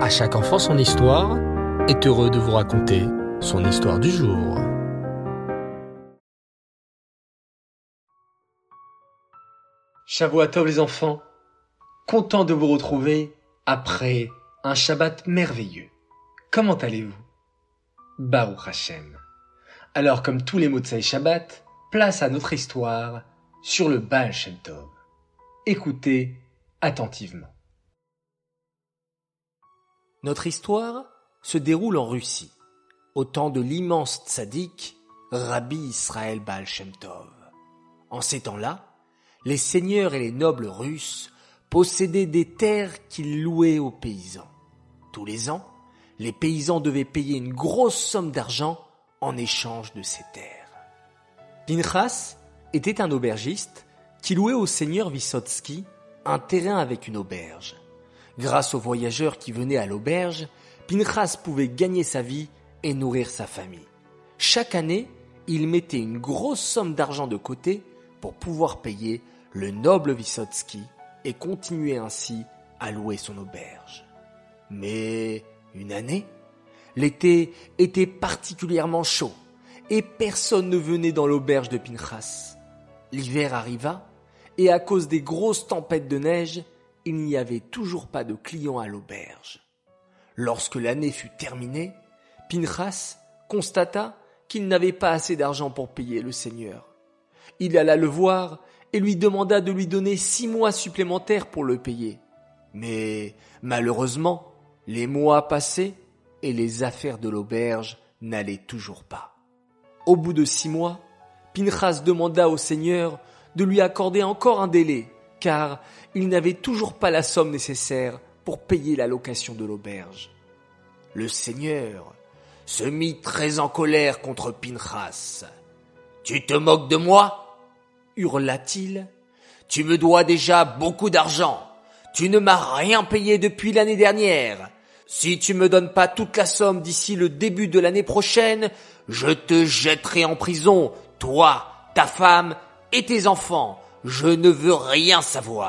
À chaque enfant son histoire est heureux de vous raconter son histoire du jour. Shavua Tov les enfants, content de vous retrouver après un Shabbat merveilleux. Comment allez-vous? Baruch Hashem. Alors comme tous les Motsei Shabbat, place à notre histoire sur le Baal Shem Tov. Écoutez attentivement. Notre histoire se déroule en Russie, au temps de l'immense tzaddik Rabbi Israël Baal Shem Tov. En ces temps-là, les seigneurs et les nobles russes possédaient des terres qu'ils louaient aux paysans. Tous les ans, les paysans devaient payer une grosse somme d'argent en échange de ces terres. Pinchas était un aubergiste qui louait au seigneur Vysotsky un terrain avec une auberge. Grâce aux voyageurs qui venaient à l'auberge, Pinchas pouvait gagner sa vie et nourrir sa famille. Chaque année, il mettait une grosse somme d'argent de côté pour pouvoir payer le noble Vysotsky et continuer ainsi à louer son auberge. Mais une année, l'été était particulièrement chaud et personne ne venait dans l'auberge de Pinchas. L'hiver arriva et à cause des grosses tempêtes de neige, il n'y avait toujours pas de clients à l'auberge. Lorsque l'année fut terminée, Pinchas constata qu'il n'avait pas assez d'argent pour payer le seigneur. Il alla le voir et lui demanda de lui donner 6 mois supplémentaires pour le payer. Mais malheureusement, les mois passaient et les affaires de l'auberge n'allaient toujours pas. Au bout de 6 mois, Pinchas demanda au seigneur de lui accorder encore un délai, car il n'avait toujours pas la somme nécessaire pour payer la location de l'auberge. Le seigneur se mit très en colère contre Pinchas. « Tu te moques de moi ?» hurla-t-il. « Tu me dois déjà beaucoup d'argent. Tu ne m'as rien payé depuis l'année dernière. Si tu me donnes pas toute la somme d'ici le début de l'année prochaine, je te jetterai en prison, toi, ta femme et tes enfants. Je ne veux rien savoir. »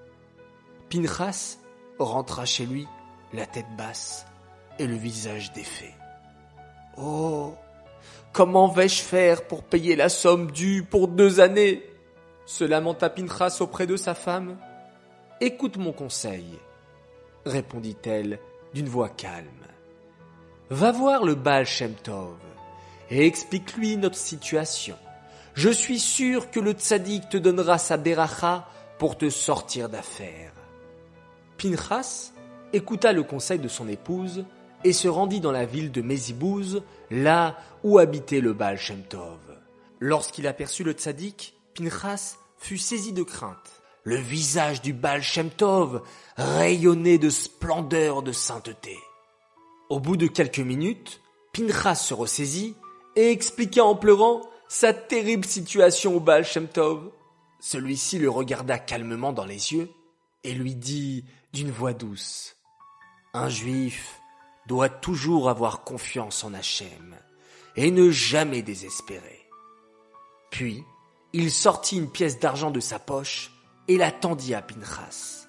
Pinchas rentra chez lui, la tête basse et le visage défait. « Oh, comment vais-je faire pour payer la somme due pour 2 années ?» se lamenta Pinchas auprès de sa femme. « Écoute mon conseil, » répondit-elle d'une voix calme. « Va voir le Baal Shem Tov et explique-lui notre situation. Je suis sûr que le tzaddik te donnera sa beracha pour te sortir d'affaire. » Pinchas écouta le conseil de son épouse et se rendit dans la ville de Mézibouz, là où habitait le Baal Shem Tov. Lorsqu'il aperçut le tzaddik, Pinchas fut saisi de crainte. Le visage du Baal Shem Tov rayonnait de splendeur de sainteté. Au bout de quelques minutes, Pinchas se ressaisit et expliqua en pleurant sa terrible situation au Baal Shem Tov. Celui-ci le regarda calmement dans les yeux et lui dit d'une voix douce: « Un juif doit toujours avoir confiance en Hachem et ne jamais désespérer. » Puis, il sortit une pièce d'argent de sa poche et la tendit à Pinchas.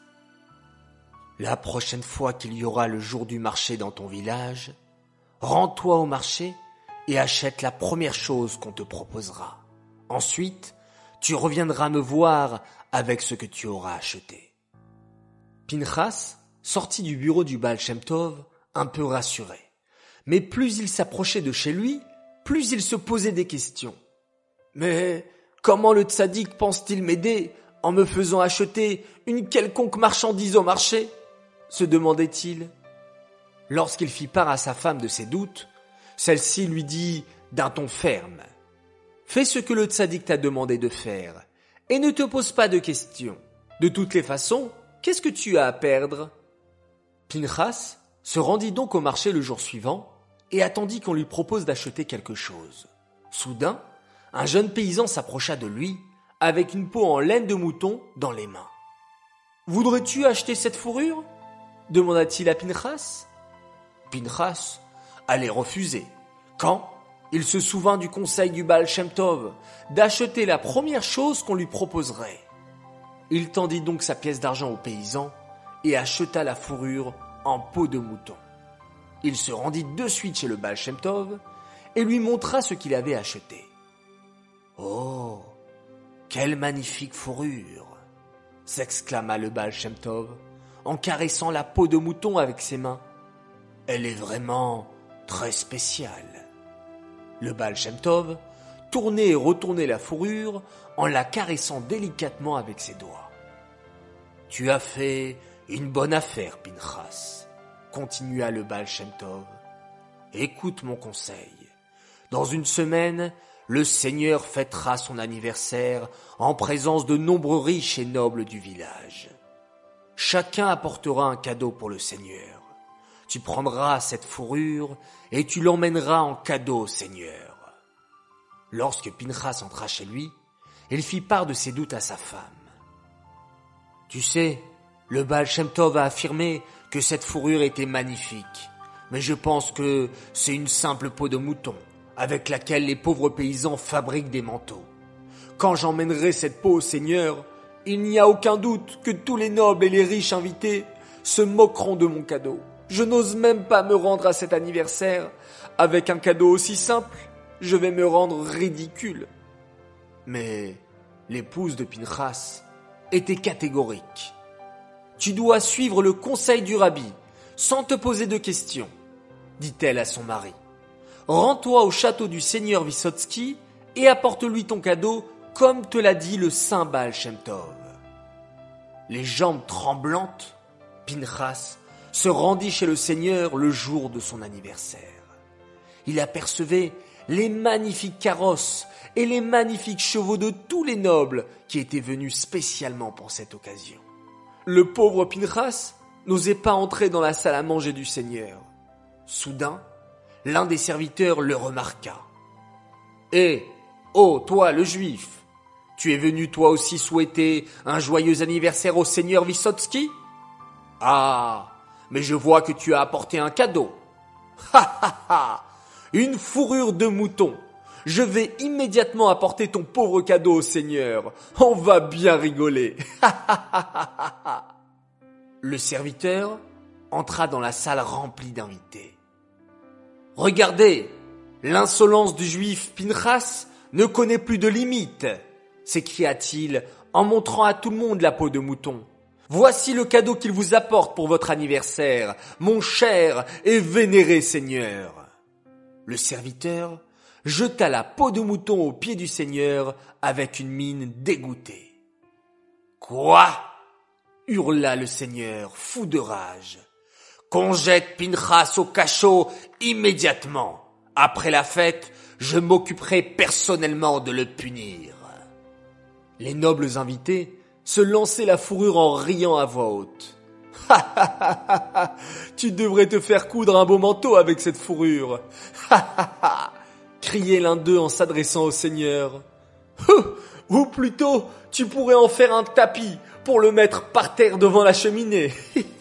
« La prochaine fois qu'il y aura le jour du marché dans ton village, rends-toi au marché et achète la première chose qu'on te proposera. Ensuite, tu reviendras me voir avec ce que tu auras acheté. » Pinchas sortit du bureau du Baal Shem Tov un peu rassuré. Mais plus il s'approchait de chez lui, plus il se posait des questions. « Mais comment le tzaddik pense-t-il m'aider en me faisant acheter une quelconque marchandise au marché ?» se demandait-il. Lorsqu'il fit part à sa femme de ses doutes, celle-ci lui dit d'un ton ferme: « Fais ce que le tzaddik t'a demandé de faire et ne te pose pas de questions. De toutes les façons, qu'est-ce que tu as à perdre ?» Pinchas se rendit donc au marché le jour suivant et attendit qu'on lui propose d'acheter quelque chose. Soudain, un jeune paysan s'approcha de lui avec une peau en laine de mouton dans les mains. « Voudrais-tu acheter cette fourrure ?» demanda-t-il à Pinchas. Pinchas allait refuser quand il se souvint du conseil du Baal Shem Tov d'acheter la première chose qu'on lui proposerait. Il tendit donc sa pièce d'argent au paysan et acheta la fourrure en peau de mouton. Il se rendit de suite chez le Baal Shem Tov et lui montra ce qu'il avait acheté. « Oh, quelle magnifique fourrure !» s'exclama le Baal Shem Tov en caressant la peau de mouton avec ses mains. « Elle est vraiment très spéciale. » Le Baal Shem Tov tournait et retournait la fourrure en la caressant délicatement avec ses doigts. « Tu as fait une bonne affaire, Pinchas, » continua le Baal Shem Tov. « Écoute mon conseil. Dans une semaine, le Seigneur fêtera son anniversaire en présence de nombreux riches et nobles du village. Chacun apportera un cadeau pour le Seigneur. Tu prendras cette fourrure et tu l'emmèneras en cadeau au Seigneur. » Lorsque Pinchas entra chez lui, il fit part de ses doutes à sa femme. « Tu sais, le Baal Shem Tov a affirmé que cette fourrure était magnifique, mais je pense que c'est une simple peau de mouton avec laquelle les pauvres paysans fabriquent des manteaux. Quand j'emmènerai cette peau au Seigneur, il n'y a aucun doute que tous les nobles et les riches invités se moqueront de mon cadeau. Je n'ose même pas me rendre à cet anniversaire avec un cadeau aussi simple. Je vais me rendre ridicule. » Mais l'épouse de Pinchas était catégorique. « Tu dois suivre le conseil du rabbi, sans te poser de questions, » dit-elle à son mari. « Rends-toi au château du seigneur Vysotsky et apporte-lui ton cadeau comme te l'a dit le saint Baal Shem Tov. » Les jambes tremblantes, Pinchas se rendit chez le seigneur le jour de son anniversaire. Il apercevait les magnifiques carrosses et les magnifiques chevaux de tous les nobles qui étaient venus spécialement pour cette occasion. Le pauvre Pinchas n'osait pas entrer dans la salle à manger du Seigneur. Soudain, l'un des serviteurs le remarqua. « Hé, oh, toi le Juif, tu es venu toi aussi souhaiter un joyeux anniversaire au Seigneur Vysotsky ? Ah, mais je vois que tu as apporté un cadeau. Ha ha ha, une fourrure de mouton. Je vais immédiatement apporter ton pauvre cadeau au Seigneur. On va bien rigoler. » Le serviteur entra dans la salle remplie d'invités. « Regardez, l'insolence du juif Pinchas ne connaît plus de limite, » s'écria-t-il en montrant à tout le monde la peau de mouton. « Voici le cadeau qu'il vous apporte pour votre anniversaire, mon cher et vénéré Seigneur. » Le serviteur jeta la peau de mouton aux pieds du Seigneur avec une mine dégoûtée. « Quoi ?» hurla le Seigneur, fou de rage. « Qu'on jette Pinchas au cachot immédiatement. Après la fête, je m'occuperai personnellement de le punir. » Les nobles invités se lançaient la fourrure en riant à voix haute. « Ha ha ha ha ha, tu devrais te faire coudre un beau manteau avec cette fourrure. Ha ha ha !» criait l'un d'eux en s'adressant au Seigneur. « Ou plutôt, tu pourrais en faire un tapis pour le mettre par terre devant la cheminée. »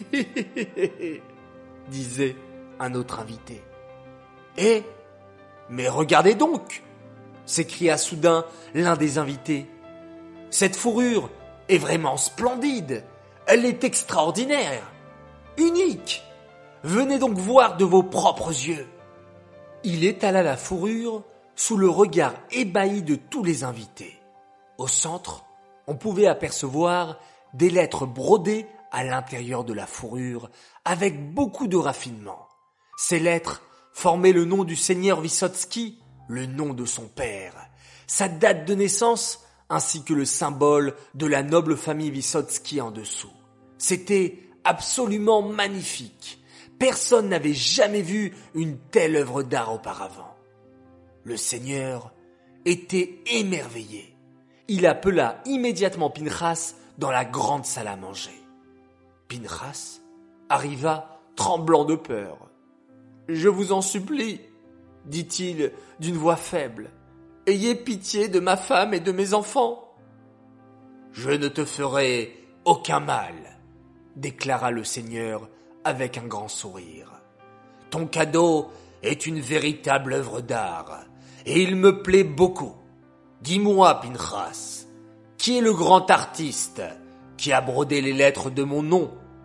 disait un autre invité. « Eh, mais regardez donc !» s'écria soudain l'un des invités. « Cette fourrure est vraiment splendide. Elle est extraordinaire, unique. Venez donc voir de vos propres yeux. » Il étala la fourrure sous le regard ébahi de tous les invités. Au centre, on pouvait apercevoir des lettres brodées à l'intérieur de la fourrure avec beaucoup de raffinement. Ces lettres formaient le nom du seigneur Vysotsky, le nom de son père, sa date de naissance ainsi que le symbole de la noble famille Vysotsky en dessous. C'était absolument magnifique. Personne n'avait jamais vu une telle œuvre d'art auparavant. Le Seigneur était émerveillé. Il appela immédiatement Pinchas dans la grande salle à manger. Pinchas arriva tremblant de peur. « Je vous en supplie, » dit-il d'une voix faible, « ayez pitié de ma femme et de mes enfants. »« Je ne te ferai aucun mal, » déclara le Seigneur avec un grand sourire. « Ton cadeau est une véritable œuvre d'art, et il me plaît beaucoup. Dis-moi, Pinchas, qui est le grand artiste qui a brodé les lettres de mon nom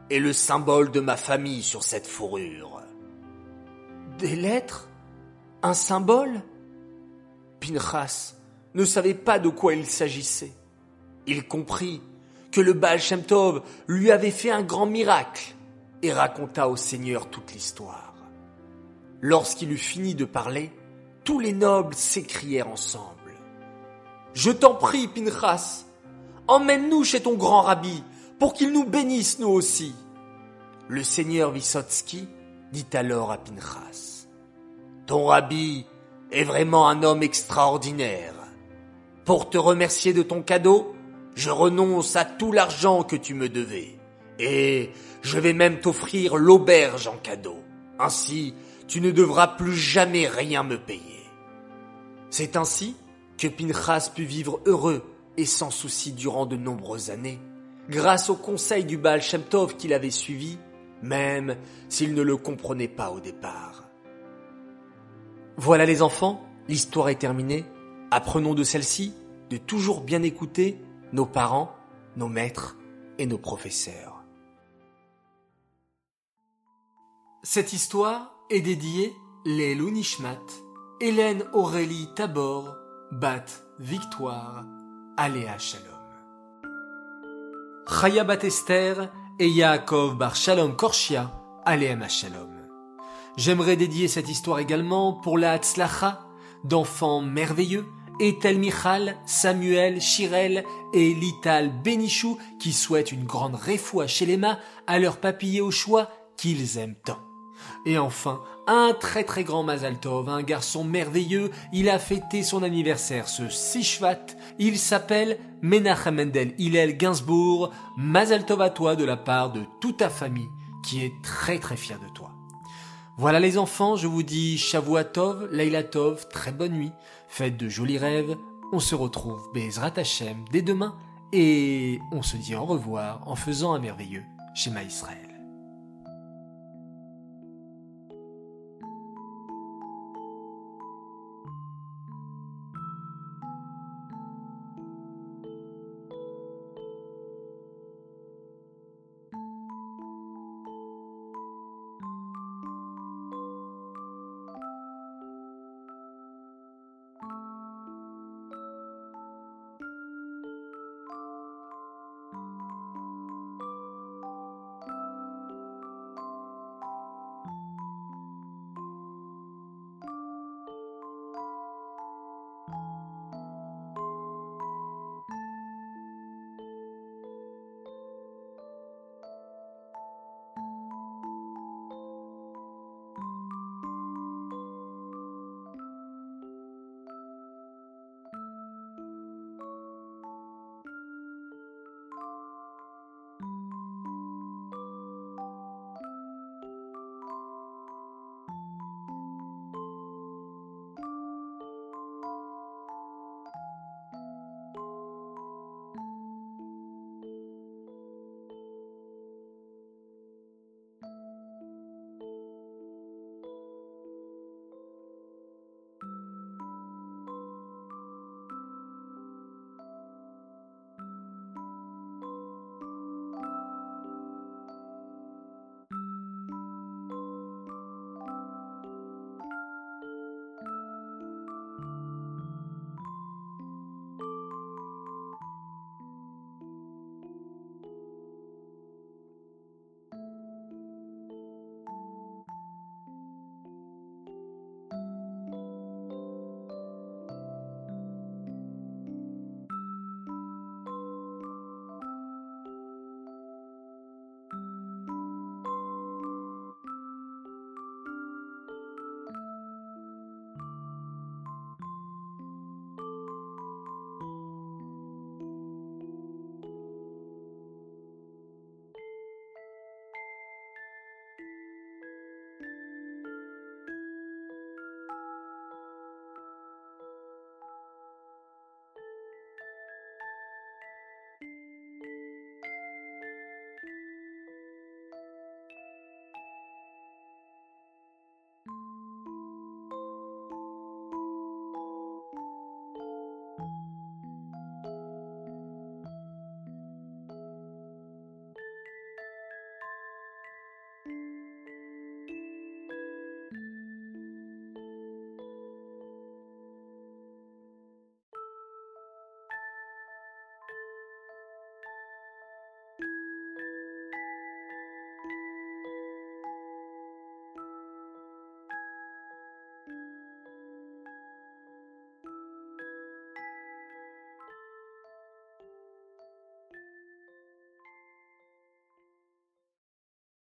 et le symbole de ma famille sur cette fourrure. » Des lettres? Un symbole? Pinchas ne savait pas de quoi il s'agissait. Il comprit que le Baal Shem Tov lui avait fait un grand miracle et raconta au Seigneur toute l'histoire. Lorsqu'il eut fini de parler, tous les nobles s'écrièrent ensemble: « Je t'en prie, Pinchas, emmène-nous chez ton grand rabbi pour qu'il nous bénisse nous aussi. » Le seigneur Vysotsky dit alors à Pinchas: « Ton rabbi est vraiment un homme extraordinaire. Pour te remercier de ton cadeau, je renonce à tout l'argent que tu me devais, et je vais même t'offrir l'auberge en cadeau. Ainsi, tu ne devras plus jamais rien me payer. » C'est ainsi que Pinchas put vivre heureux et sans souci durant de nombreuses années, grâce au conseil du Baal Shem Tov qu'il avait suivi, même s'il ne le comprenait pas au départ. Voilà les enfants, l'histoire est terminée. Apprenons de celle-ci de toujours bien écouter nos parents, nos maîtres et nos professeurs. Cette histoire est dédiée Leilou Nishmat, Hélène Aurélie Tabor, Bat Victoire, Aléa Shalom. Chaya Bat Esther et Yaakov Bar Shalom Korshia, Aléem Shalom. J'aimerais dédier cette histoire également pour la Hatzlacha d'enfants merveilleux, Ethel Michal, Samuel, Shirel et Lital Benichou qui souhaitent une grande réfoua chez les mains à leur papy au choix qu'ils aiment tant. Et enfin, un très très grand Mazal Tov, un garçon merveilleux, il a fêté son anniversaire ce 6 Shvat, il s'appelle Menachem Mendel Hillel Gainsbourg. Mazal Tov à toi de la part de toute ta famille qui est très très fière de toi. Voilà les enfants, je vous dis Shavua Tov, Leila Tov, très bonne nuit, faites de jolis rêves, on se retrouve Be'ezrat Hashem dès demain et on se dit au revoir en faisant un merveilleux Shema Israël.